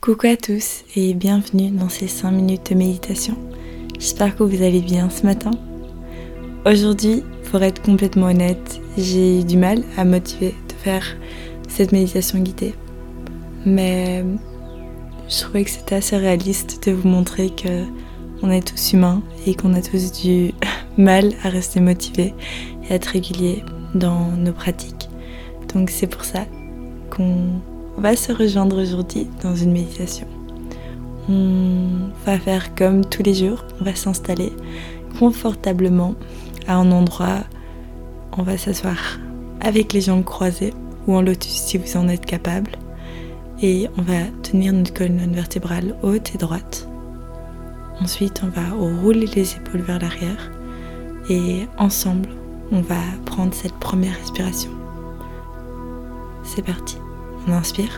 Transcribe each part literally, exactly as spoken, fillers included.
Coucou à tous et bienvenue dans ces cinq minutes de méditation. J'espère que vous allez bien ce matin. Aujourd'hui, pour être complètement honnête, j'ai eu du mal à me motiver de faire cette méditation guidée. Mais je trouvais que c'était assez réaliste de vous montrer que on est tous humains et qu'on a tous du mal à rester motivés et à être réguliers dans nos pratiques. Donc c'est pour ça qu'on On va se rejoindre aujourd'hui dans une méditation. On va faire comme tous les jours, on va s'installer confortablement à un endroit. On va s'asseoir avec les jambes croisées ou en lotus si vous en êtes capable. Et on va tenir notre colonne vertébrale haute et droite. Ensuite, on va rouler les épaules vers l'arrière. Et ensemble, on va prendre cette première respiration. C'est parti. On inspire.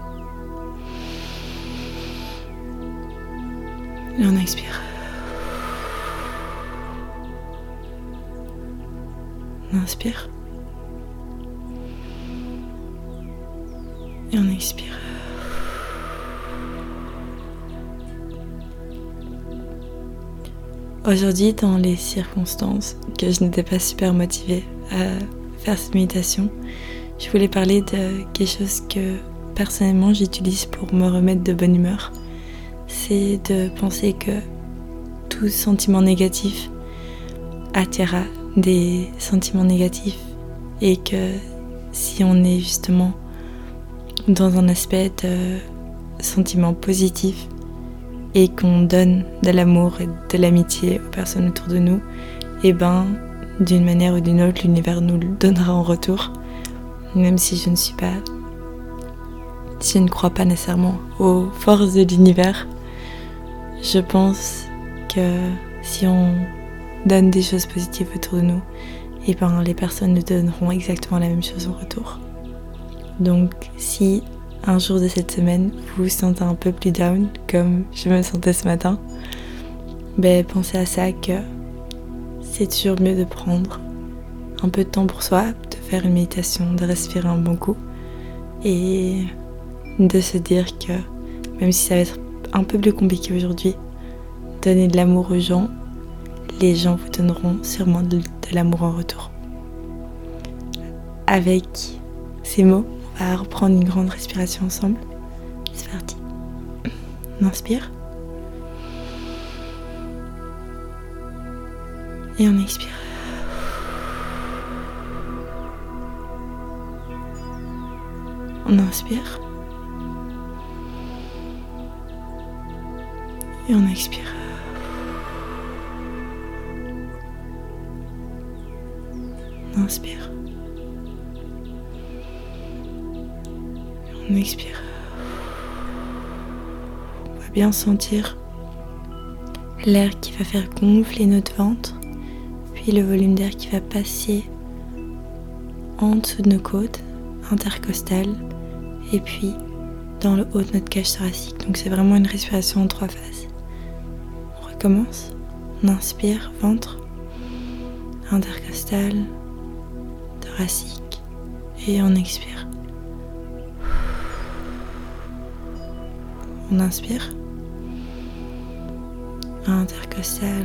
Et on expire. On inspire. Et on expire. Aujourd'hui, dans les circonstances que je n'étais pas super motivée à faire cette méditation, je voulais parler de quelque chose que personnellement j'utilise pour me remettre de bonne humeur. C'est de penser que tout sentiment négatif attirera des sentiments négatifs et que si on est justement dans un aspect de sentiment positif et qu'on donne de l'amour et de l'amitié aux personnes autour de nous, et ben d'une manière ou d'une autre l'univers nous le donnera en retour. Même si je ne suis pas, si je ne crois pas nécessairement aux forces de l'univers, je pense que si on donne des choses positives autour de nous, et ben les personnes nous donneront exactement la même chose en retour. Donc si un jour de cette semaine vous vous sentez un peu plus down, comme je me sentais ce matin, ben pensez à ça, que c'est toujours mieux de prendre un peu de temps pour soi, de faire une méditation, de respirer un bon coup et de se dire que même si ça va être un peu plus compliqué aujourd'hui, donner de l'amour aux gens, les gens vous donneront sûrement de, de l'amour en retour. Avec ces mots, on va reprendre une grande respiration ensemble. C'est parti. On inspire et on expire. On inspire et on expire. On inspire et on expire. On va bien sentir l'air qui va faire gonfler notre ventre, puis le volume d'air qui va passer en dessous de nos côtes intercostales et puis dans le haut de notre cage thoracique. Donc c'est vraiment une respiration en trois phases. On recommence. On inspire, ventre, intercostal, thoracique, et on expire. On inspire, intercostal,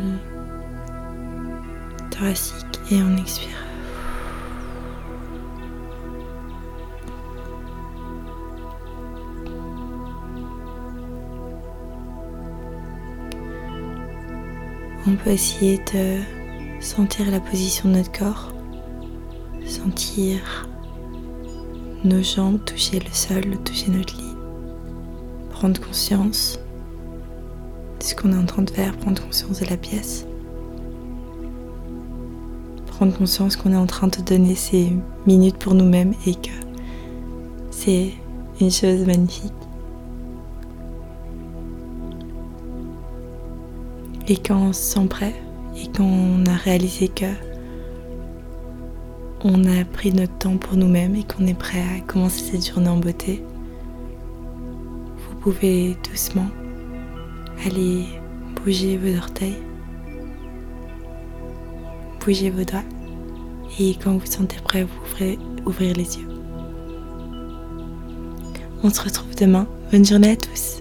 thoracique, et on expire. On peut essayer de sentir la position de notre corps, sentir nos jambes toucher le sol, toucher notre lit, prendre conscience de ce qu'on est en train de faire, prendre conscience de la pièce, prendre conscience qu'on est en train de donner ces minutes pour nous-mêmes et que c'est une chose magnifique. Et quand on se sent prêt et quand on a réalisé que on a pris notre temps pour nous-mêmes et qu'on est prêt à commencer cette journée en beauté, vous pouvez doucement aller bouger vos orteils, bouger vos doigts, et quand vous vous sentez prêt, vous ouvrez, ouvrir les yeux. On se retrouve demain. Bonne journée à tous.